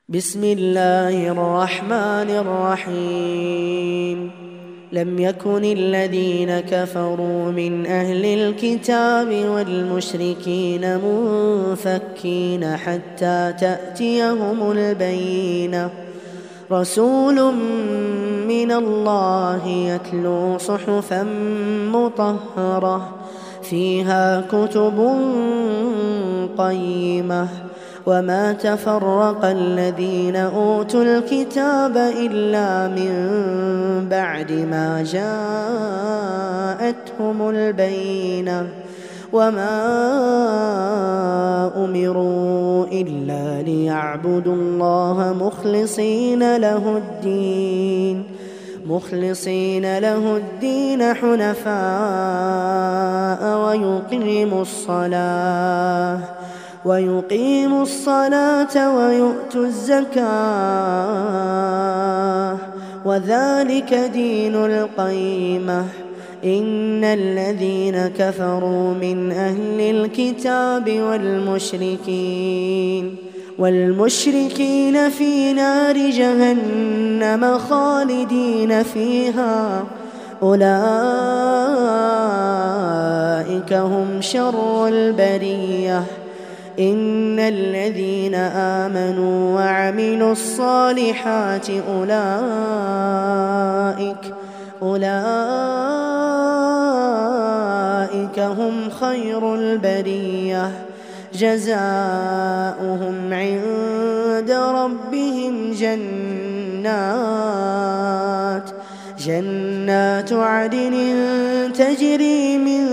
بسم الله الرحمن الرحيم. لم يكن الذين كفروا من أهل الكتاب والمشركين منفكين حتى تأتيهم البينة، رسول من الله يتلو صحفا مطهرة فيها كتب قيمة. وما تفرق الذين أوتوا الكتاب إلا من بعد ما جاءتهم البينة، وما أمروا إلا ليعبدوا الله مخلصين له الدين حنفاء ويقيموا الصلاة ويؤتوا الزكاة، وذلك دين القيمة. إن الذين كفروا من أهل الكتاب والمشركين في نار جهنم خالدين فيها، أولئك هم شر البرية. إن الذين آمنوا وعملوا الصالحات أولئك هم خير البرية، جزاؤهم عند ربهم جنات عدن تجري من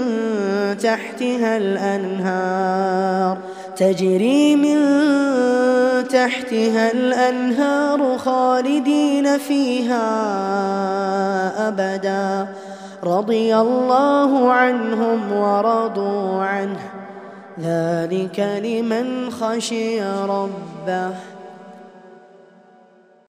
تحتها الأنهار خالدين فيها أبدا، رضي الله عنهم ورضوا عنه، ذلك لمن خشي ربه.